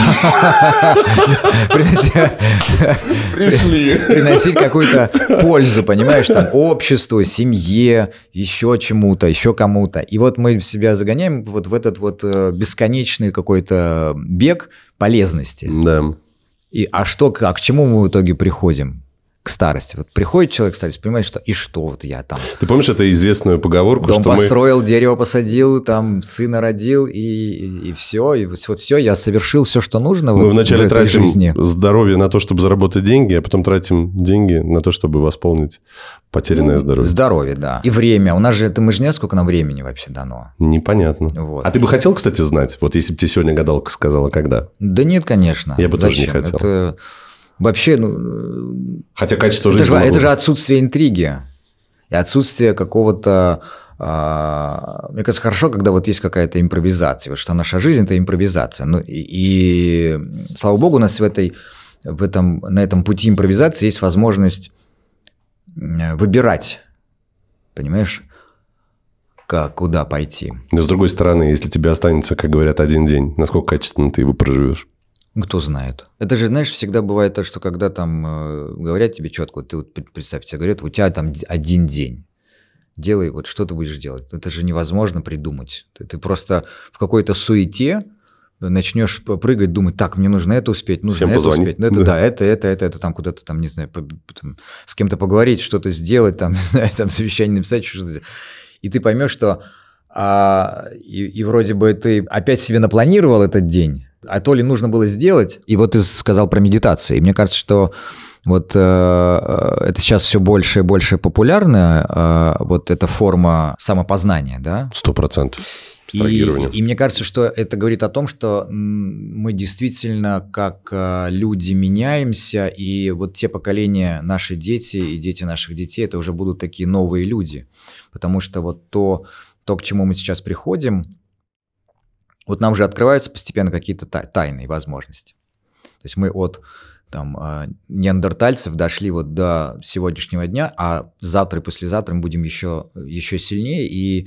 Speaker 1: Приносить какую-то пользу, понимаешь, там, обществу, семье, еще чему-то, еще кому-то. И вот мы себя загоняем вот в этот вот бесконечный какой-то бег полезности.
Speaker 5: Да.
Speaker 1: К чему мы в итоге приходим? К старости. Вот приходит человек к старости, понимает, что и что вот я там.
Speaker 5: Ты помнишь эту известную поговорку,
Speaker 1: дом
Speaker 5: что
Speaker 1: построил, дерево посадил, там сына родил, и все, и вот все, я совершил все, что нужно.
Speaker 5: Мы
Speaker 1: вот
Speaker 5: вначале
Speaker 1: в этой
Speaker 5: тратим
Speaker 1: жизни.
Speaker 5: здоровье на то, чтобы заработать деньги, а потом тратим деньги на то, чтобы восполнить потерянное здоровье.
Speaker 1: Здоровье, да. И время. Мы же не знаем, сколько нам времени вообще дано.
Speaker 5: Непонятно.
Speaker 1: Вот.
Speaker 5: А ты бы хотел, кстати, знать? Вот если бы тебе сегодня гадалка сказала, когда?
Speaker 1: Да нет, конечно.
Speaker 5: Я бы
Speaker 1: Зачем?
Speaker 5: тоже не хотел.
Speaker 1: Это вообще,
Speaker 5: хотя качество жизни...
Speaker 1: Это же отсутствие интриги. И отсутствие какого-то... Мне кажется, хорошо, когда вот есть какая-то импровизация. Вот что наша жизнь – это импровизация. И слава богу, у нас на этом пути импровизации есть возможность выбирать. Понимаешь? Куда пойти.
Speaker 5: Но с другой стороны, если тебе останется, как говорят, 1 день, насколько качественно ты его проживешь?
Speaker 1: Кто знает. Это же, знаешь, всегда бывает то, что когда там говорят тебе четко, ты вот представь, тебе говорят, у тебя там 1 день, делай, вот что ты будешь делать. Это же невозможно придумать. Ты просто в какой-то суете начнешь прыгать, думать, так, мне нужно это успеть, нужно это успеть. Это там куда-то там, не знаю, с кем-то поговорить, что-то сделать, там, не знаю, там совещание написать, что-то сделать. И ты поймешь, что и вроде бы ты опять себе напланировал этот день, а то ли нужно было сделать. И вот ты сказал про медитацию. И мне кажется, что вот это сейчас все больше и больше популярно, вот эта форма самопознания, да?
Speaker 5: 100%.
Speaker 1: И мне кажется, что это говорит о том, что мы действительно как люди меняемся, и вот те поколения, наши дети и дети наших детей, это уже будут такие новые люди. Потому что вот то, к чему мы сейчас приходим, вот нам же открываются постепенно какие-то тайные возможности. То есть мы от неандертальцев дошли вот до сегодняшнего дня, а завтра и послезавтра мы будем еще сильнее, и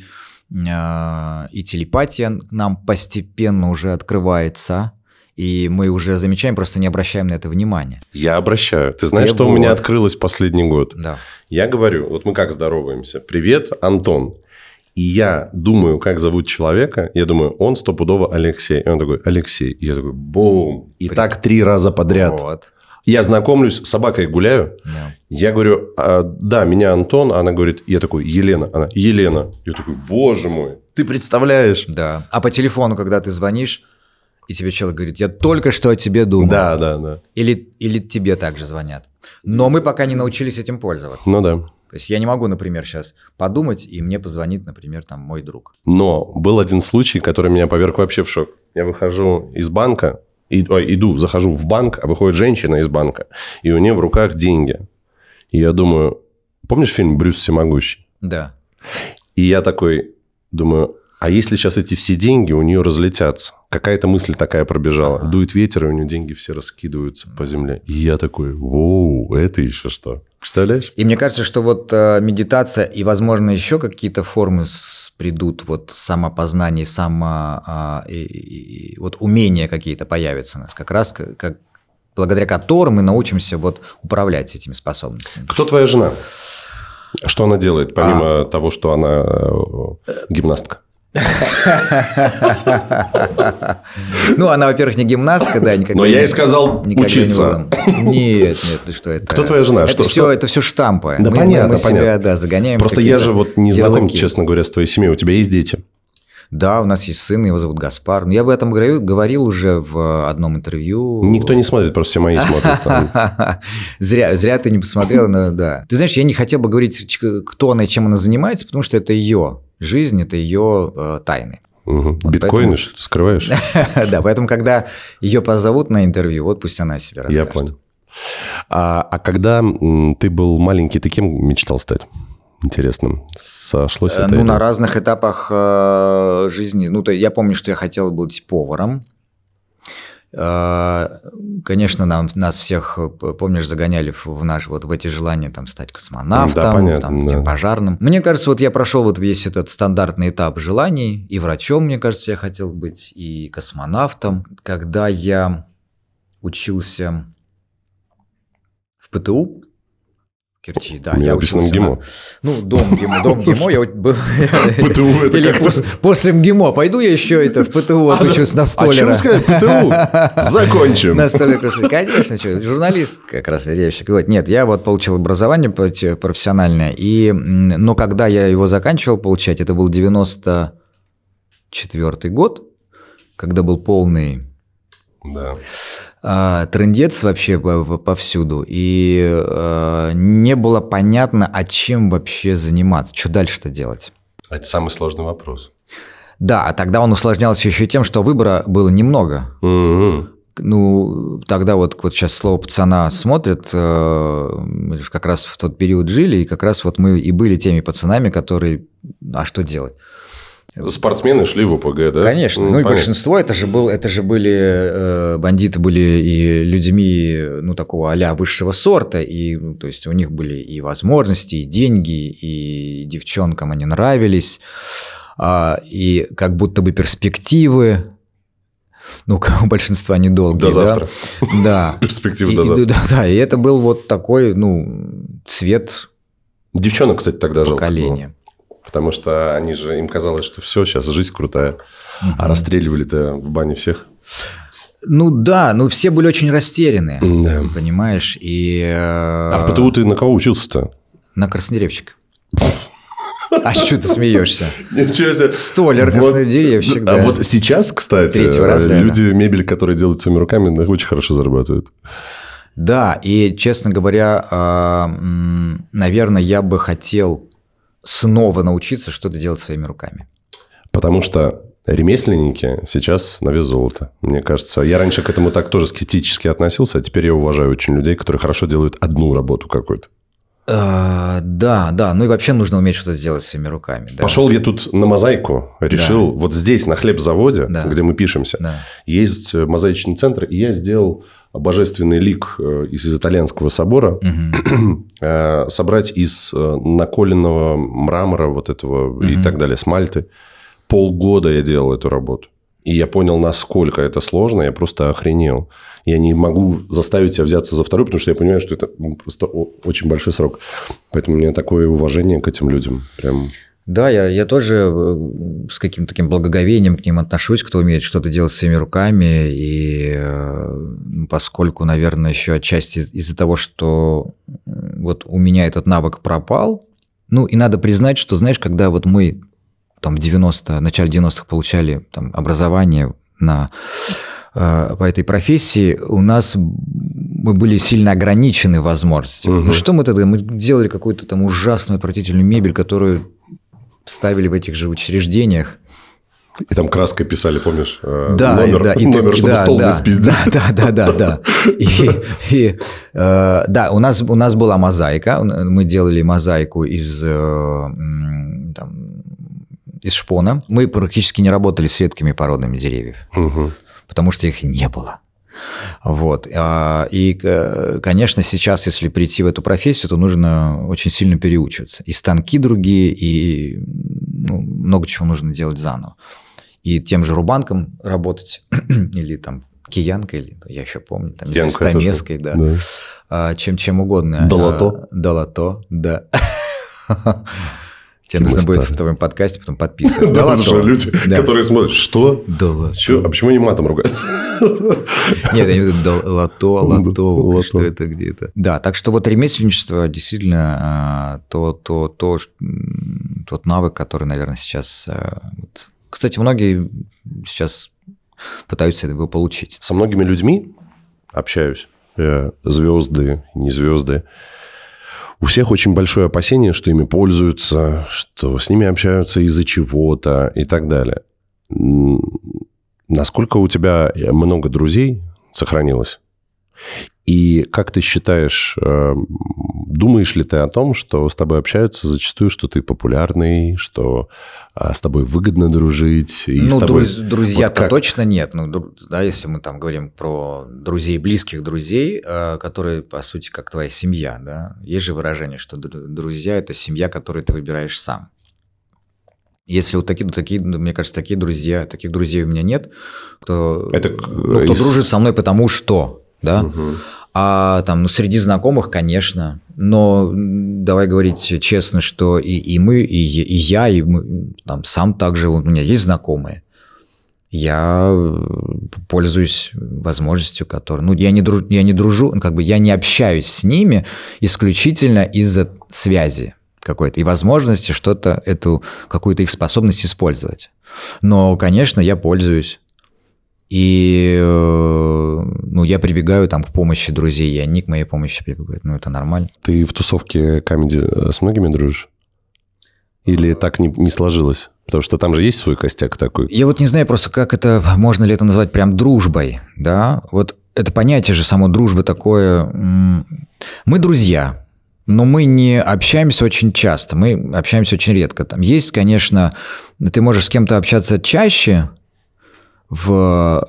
Speaker 1: телепатия нам постепенно уже открывается, и мы уже замечаем, просто не обращаем на это внимания.
Speaker 5: Я обращаю. Ты знаешь, что у меня открылось последний год?
Speaker 1: Да.
Speaker 5: Я говорю, вот мы как здороваемся. Привет, Антон. И я думаю, как зовут человека, я думаю, он стопудово Алексей. И он такой, Алексей. И я такой, бум. И так 3 раза подряд.
Speaker 1: Вот.
Speaker 5: Я знакомлюсь, с собакой гуляю. Да. Я говорю, да, меня Антон. Она говорит, я такой, Елена. Она, Елена. Я такой, боже мой, ты представляешь?
Speaker 1: Да. А по телефону, когда ты звонишь, и тебе человек говорит, я только что о тебе думал.
Speaker 5: Да.
Speaker 1: Или тебе также звонят. Но мы пока не научились этим пользоваться.
Speaker 5: Ну да.
Speaker 1: То есть я не могу, например, сейчас подумать, и мне позвонит, например, там мой друг.
Speaker 5: Но был один случай, который меня поверг вообще в шок. Я выхожу из банка, захожу в банк, а выходит женщина из банка, и у нее в руках деньги. И я думаю, помнишь фильм «Брюс Всемогущий»?
Speaker 1: Да.
Speaker 5: И я такой думаю, А если сейчас эти все деньги у нее разлетятся? Какая-то мысль такая пробежала. Дует ветер, и у нее деньги все раскидываются по земле. И я такой, воу, это еще что? Представляешь?
Speaker 1: И мне кажется, что вот медитация и, возможно, еще какие-то формы придут, вот самопознание, вот умения какие-то появятся у нас, как раз как благодаря которым мы научимся вот управлять этими способностями.
Speaker 5: Кто твоя жена? Что она делает, помимо того, что она гимнастка?
Speaker 1: Ну, она, во-первых, не гимнастка, да, никогда.
Speaker 5: Но я и сказал учиться.
Speaker 1: Нет, что это?
Speaker 5: Кто твоя жена?
Speaker 1: Это все штампы.
Speaker 5: Да, понятно,
Speaker 1: мы себя, да, загоняем.
Speaker 5: Просто я же вот не знаком, честно говоря, с твоей семьей. У тебя есть дети?
Speaker 1: Да, у нас есть сын, его зовут Гаспар. Я об этом говорил уже в одном интервью.
Speaker 5: Никто не смотрит, просто все мои смотрят.
Speaker 1: Зря ты не посмотрел, но да. Ты знаешь, я не хотел бы говорить, кто она и чем она занимается, потому что это ее жизнь, это ее тайны.
Speaker 5: Биткоины, что ты скрываешь?
Speaker 1: Да, поэтому, когда ее позовут на интервью, вот пусть она себя расскажет.
Speaker 5: Я понял. А когда ты был маленький, ты кем мечтал стать? Интересно, сошлось это?
Speaker 1: На разных этапах жизни. Я помню, что я хотел быть поваром. Конечно, нас всех, помнишь, загоняли в эти желания стать космонавтом,
Speaker 5: да, понятно,
Speaker 1: пожарным. Мне кажется, вот я прошел весь этот стандартный этап желаний. И врачом, мне кажется, я хотел быть, и космонавтом. Когда я учился в ПТУ, Керчи, да.
Speaker 5: Я учился ГИМО.
Speaker 1: Дом ГИМО. Я был...
Speaker 5: ПТУ это
Speaker 1: или после МГИМО. Пойду я еще в ПТУ отучусь на столера.
Speaker 5: А что вы сказали? ПТУ? Закончим.
Speaker 1: На столер красоты. Конечно, журналист как раз речь. Нет, я вот получил образование профессиональное. Но когда я его заканчивал получать, это был 94-й год, когда был полный...
Speaker 5: Да.
Speaker 1: Трындец вообще повсюду, и не было понятно, чем вообще заниматься, что дальше-то делать.
Speaker 5: Это самый сложный вопрос.
Speaker 1: Да, а тогда он усложнялся еще и тем, что выбора было немного. Тогда вот сейчас слово пацана смотрят, как раз в тот период жили, и как раз вот мы и были теми пацанами, которые, а что делать?
Speaker 5: Спортсмены шли в ОПГ, да?
Speaker 1: Конечно. И большинство, это же были, бандиты были и людьми, такого а-ля высшего сорта, и, то есть, у них были и возможности, и деньги, и девчонкам они нравились, и как будто бы перспективы, у большинства недолгие.
Speaker 5: До завтра.
Speaker 1: Да.
Speaker 5: Перспективы до завтра.
Speaker 1: Да, и это был вот такой, цвет
Speaker 5: девчонок, кстати, тогда жалко.
Speaker 1: Поколения.
Speaker 5: Потому что им казалось, что все, сейчас жизнь крутая. А расстреливали-то в бане всех.
Speaker 1: Все были очень растеряны, понимаешь.
Speaker 5: А в ПТУ ты на кого учился-то?
Speaker 1: На краснодеревщика. А что ты смеешься?
Speaker 5: Ничего себе.
Speaker 1: Столер, краснодеревщик, да.
Speaker 5: А вот сейчас, кстати, люди, мебель, которые делают своими руками, очень хорошо зарабатывают.
Speaker 1: Да, и, честно говоря, наверное, я бы хотел снова научиться что-то делать своими руками.
Speaker 5: Потому что ремесленники сейчас на вес золота. Мне кажется, я раньше к этому так тоже скептически относился, а теперь я уважаю очень людей, которые хорошо делают одну работу какую-то.
Speaker 1: Да. И вообще нужно уметь что-то делать своими руками. Да.
Speaker 5: Пошел я тут на мозаику, решил, вот здесь, на хлебзаводе, где мы пишемся, есть мозаичный центр, и я сделал божественный лик из итальянского собора, собрать из наколенного мрамора вот этого и так далее, смальты. Полгода я делал эту работу. И я понял, насколько это сложно, я просто охренел. Я не могу заставить себя взяться за вторую, потому что я понимаю, что это просто очень большой срок. Поэтому у меня такое уважение к этим людям. Прям...
Speaker 1: Да, я тоже с каким-то таким благоговением к ним отношусь, кто умеет что-то делать своими руками. И поскольку, наверное, еще отчасти из-за того, что вот у меня этот навык пропал, и надо признать, что, знаешь, когда вот мы там в начале 90-х получали образование по этой профессии, мы были сильно ограничены в возможностях. Что мы тогда? Мы делали какую-то там ужасную, отвратительную мебель, которую ставили в этих же учреждениях.
Speaker 5: И там краской писали, помнишь?
Speaker 1: Номер,
Speaker 5: чтобы стол не спиздил.
Speaker 1: Да. У нас была мозаика. Мы делали мозаику из из шпона. Мы практически не работали с редкими породами деревьев, потому что их не было. Вот. И, конечно, сейчас, если прийти в эту профессию, то нужно очень сильно переучиваться. И станки другие, и много чего нужно делать заново. И тем же рубанком работать, или там киянкой, или я еще помню, там, стамеской, да. Чем угодно.
Speaker 5: Долото.
Speaker 1: Долото, да. Тебе нужно будет в твоем подкасте потом подписывать.
Speaker 5: Да, люди, которые смотрят, что?
Speaker 1: Долото.
Speaker 5: А почему они матом ругаются?
Speaker 1: Нет, я не говорю лото, что это где-то. Да, так что вот ремесленничество действительно тот навык, который, наверное, сейчас... Кстати, многие сейчас пытаются его получить.
Speaker 5: Со многими людьми общаюсь, звезды, не звезды. У всех очень большое опасение, что ими пользуются, что с ними общаются из-за чего-то и так далее. Насколько у тебя много друзей сохранилось? И как ты считаешь, думаешь ли ты о том, что с тобой общаются зачастую, что ты популярный, что с тобой выгодно дружить? И
Speaker 1: друзья-то вот точно нет. Да, если мы там говорим про друзей, близких друзей, которые, по сути, как твоя семья. Да? Есть же выражение, что друзья – это семья, которую ты выбираешь сам. Если вот такие, мне кажется, таких друзей у меня нет, кто дружит со мной потому что... Да? А там, среди знакомых, конечно, но давай говорить честно, что и мы, и я, и мы, там, сам также, у меня есть знакомые. Я пользуюсь возможностью, которая... я не дружу, я не общаюсь с ними исключительно из-за связи какой-то и возможности какую-то их способность использовать. Но, конечно, я пользуюсь. И я прибегаю там к помощи друзей, и они к моей помощи прибегают. Это нормально.
Speaker 5: Ты в тусовке комеди с многими дружишь? Или так не сложилось? Потому что там же есть свой костяк такой.
Speaker 1: Я вот не знаю просто, можно ли это назвать прям дружбой, да? Вот это понятие же само дружбы такое... Мы друзья, но мы не общаемся очень часто, мы общаемся очень редко. Там есть, конечно, ты можешь с кем-то общаться чаще... в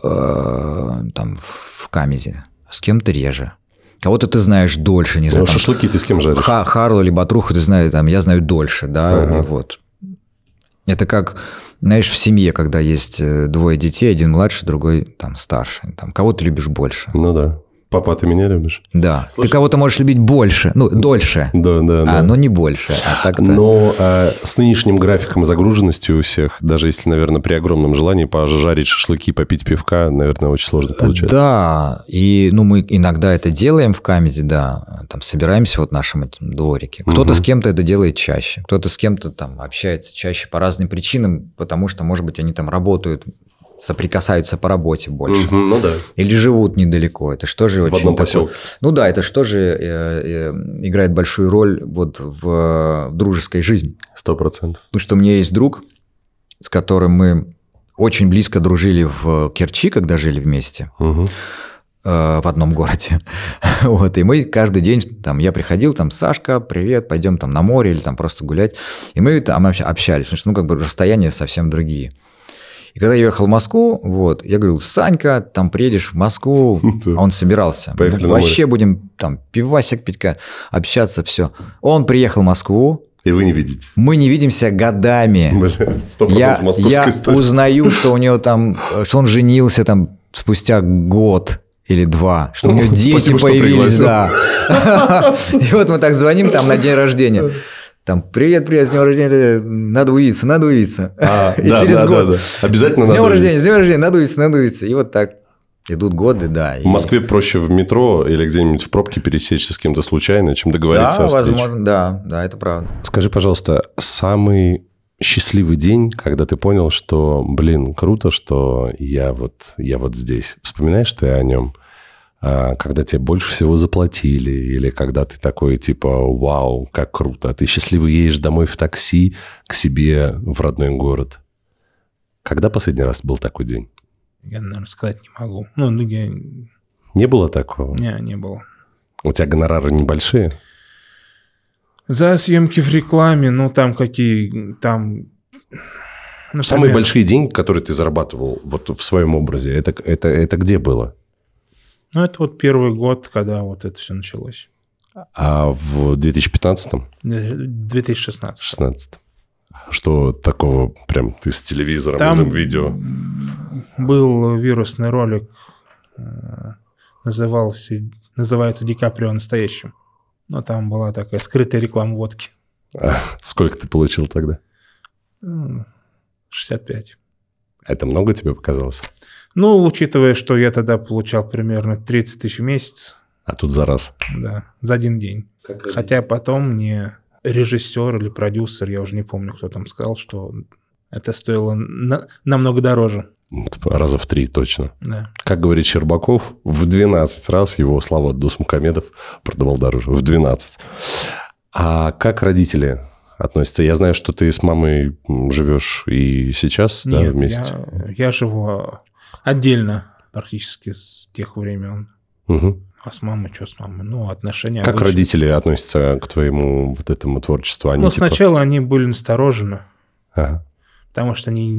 Speaker 1: камеди, с кем-то реже. Кого-то ты знаешь дольше, не знаю.
Speaker 5: Шашлыки ты с кем жаришь?
Speaker 1: Харла или Батруха ты знаешь, я знаю дольше, да, вот. Это как, знаешь, в семье, когда есть двое детей, один младший, другой старше. Кого ты любишь больше?
Speaker 5: Ну да. Папа, ты меня любишь?
Speaker 1: Да. Слушай, ты кого-то можешь любить больше, дольше.
Speaker 5: Да.
Speaker 1: Но не больше.
Speaker 5: Но с нынешним графиком загруженности у всех, даже если, наверное, при огромном желании пожарить шашлыки, попить пивка, наверное, очень сложно получается.
Speaker 1: Да. И мы иногда это делаем в камеди, да. Собираемся в нашем этом дворике. Кто-то с кем-то это делает чаще. Кто-то с кем-то общается чаще по разным причинам, потому что, может быть, они работают... соприкасаются по работе больше.
Speaker 5: Ну да.
Speaker 1: Или живут недалеко. Это что же
Speaker 5: в
Speaker 1: очень
Speaker 5: одном поселке.
Speaker 1: Да, это что же играет большую роль в дружеской жизни.
Speaker 5: 100%.
Speaker 1: Потому что у меня есть друг, с которым мы очень близко дружили в Керчи, когда жили вместе. В одном городе. И мы каждый день, я приходил, Сашка, привет, пойдем на море или просто гулять. И мы там общались, потому что расстояния совсем другие. И когда я ехал в Москву, я говорю, Санька, приедешь в Москву, а он собирался. Вообще будем пивасик пить, общаться, все. Он приехал в Москву.
Speaker 5: И вы не видите.
Speaker 1: Мы не видимся годами.
Speaker 5: 100% московская история.
Speaker 1: Я узнаю, что у него что он женился спустя год или два, что у него дети появились, да. И мы так звоним на день рождения. Привет, с днем рождения, надо увидеться. И через год.
Speaker 5: Да. Обязательно
Speaker 1: с днем рождения, надо увидеться. И так идут годы, да.
Speaker 5: В Москве проще в метро или где-нибудь в пробке пересечься с кем-то случайно, чем договориться о встрече.
Speaker 1: Возможно, да, это правда.
Speaker 5: Скажи, пожалуйста, самый счастливый день, когда ты понял, что, круто, что я здесь. Вспоминаешь ты о нем? Когда тебе больше всего заплатили, или когда ты такой, вау, как круто, ты счастливо едешь домой в такси к себе в родной город. Когда последний раз был такой день?
Speaker 4: Я, наверное, сказать не могу.
Speaker 5: Не было такого?
Speaker 4: Не было.
Speaker 5: У тебя гонорары небольшие?
Speaker 4: За съемки в рекламе, Например,
Speaker 5: самые большие деньги, которые ты зарабатывал вот в своем образе, это где было?
Speaker 4: Ну, это вот первый год, когда вот это все началось.
Speaker 5: А в 2015-м?
Speaker 4: 2016.
Speaker 5: 16. Что такого прям ты с телевизором,
Speaker 4: там
Speaker 5: из видео?
Speaker 4: Был вирусный ролик, называется «Ди Каприо настоящим». Но там была такая скрытая реклама водки.
Speaker 5: А сколько ты получил тогда?
Speaker 4: 65.
Speaker 5: Это много тебе показалось?
Speaker 4: Ну, учитывая, что я тогда получал примерно 30 тысяч в месяц.
Speaker 5: А тут за раз?
Speaker 4: Да, за один день. Хотя потом мне режиссер или продюсер, я уже не помню, кто там сказал, что это стоило намного дороже.
Speaker 5: Раза в 3 точно.
Speaker 4: Да.
Speaker 5: Как говорит Щербаков, в 12 раз его Слава Дусмухамедов продавал дороже. В 12. А как родители относятся? Я знаю, что ты с мамой живешь и сейчас,
Speaker 4: Нет,
Speaker 5: да, вместе?
Speaker 4: Я живу отдельно практически с тех времен.
Speaker 5: Угу.
Speaker 4: А с мамой, что с мамой? Ну, отношения
Speaker 5: Как
Speaker 4: обычные.
Speaker 5: родители относятся к твоему вот этому творчеству? Они,
Speaker 4: Ну, сначала они были насторожены,
Speaker 5: Ага.
Speaker 4: потому что они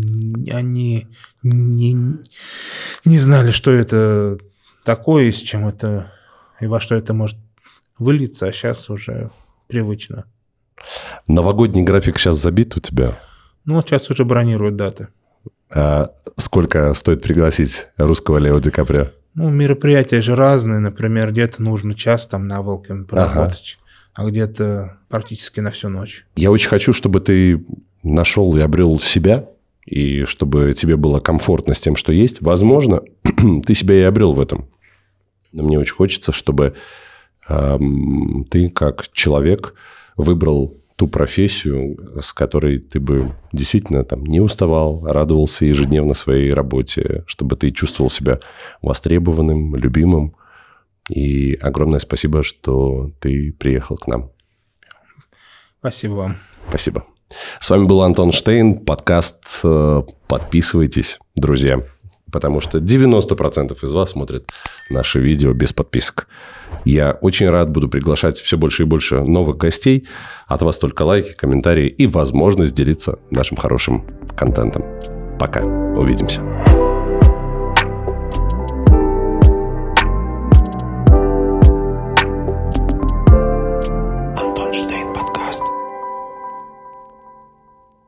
Speaker 4: не знали, что это такое, и с чем это, и во что это может вылиться, а сейчас уже привычно.
Speaker 5: Новогодний график сейчас забит у тебя?
Speaker 4: Ну, вот сейчас уже бронируют даты.
Speaker 5: А сколько стоит пригласить русского Лео Ди Каприо?
Speaker 4: Ну, мероприятия же разные. Например, где-то нужно час там на Волкове поработать, а где-то практически на всю ночь.
Speaker 5: Я очень хочу, чтобы ты нашел и обрел себя, и чтобы тебе было комфортно с тем, что есть. Возможно, ты себя и обрел в этом. Но мне очень хочется, чтобы ты, как человек, выбрал ту профессию, с которой ты бы действительно там не уставал, радовался ежедневно своей работе, чтобы ты чувствовал себя востребованным, любимым. И огромное спасибо, что ты приехал к нам.
Speaker 4: Спасибо вам.
Speaker 5: Спасибо. С вами был Антон Штейн, подкаст «Подписывайтесь, друзья», потому что 90% из вас смотрят наши видео без подписок. Я очень рад буду приглашать все больше и больше новых гостей. От вас только лайки, комментарии и возможность делиться нашим хорошим контентом. Пока. Увидимся.